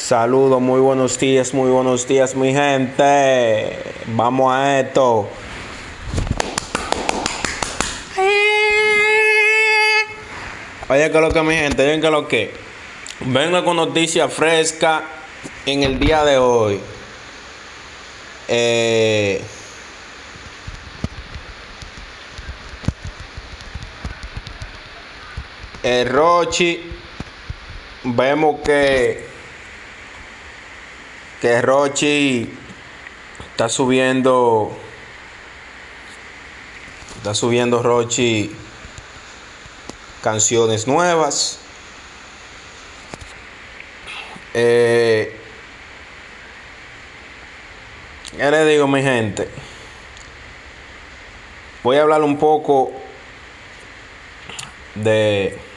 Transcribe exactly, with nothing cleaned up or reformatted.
Saludos, muy buenos días, muy buenos días, mi gente. Vamos a esto. Oye, que lo que, mi gente, oye, que lo que. Vengo con noticias frescas en el día de hoy. Eh. El Rochi. Vemos que. Que Rochi está subiendo. Está subiendo Rochi canciones nuevas. Eh, ¿Qué le digo, mi gente? Voy a hablar un poco de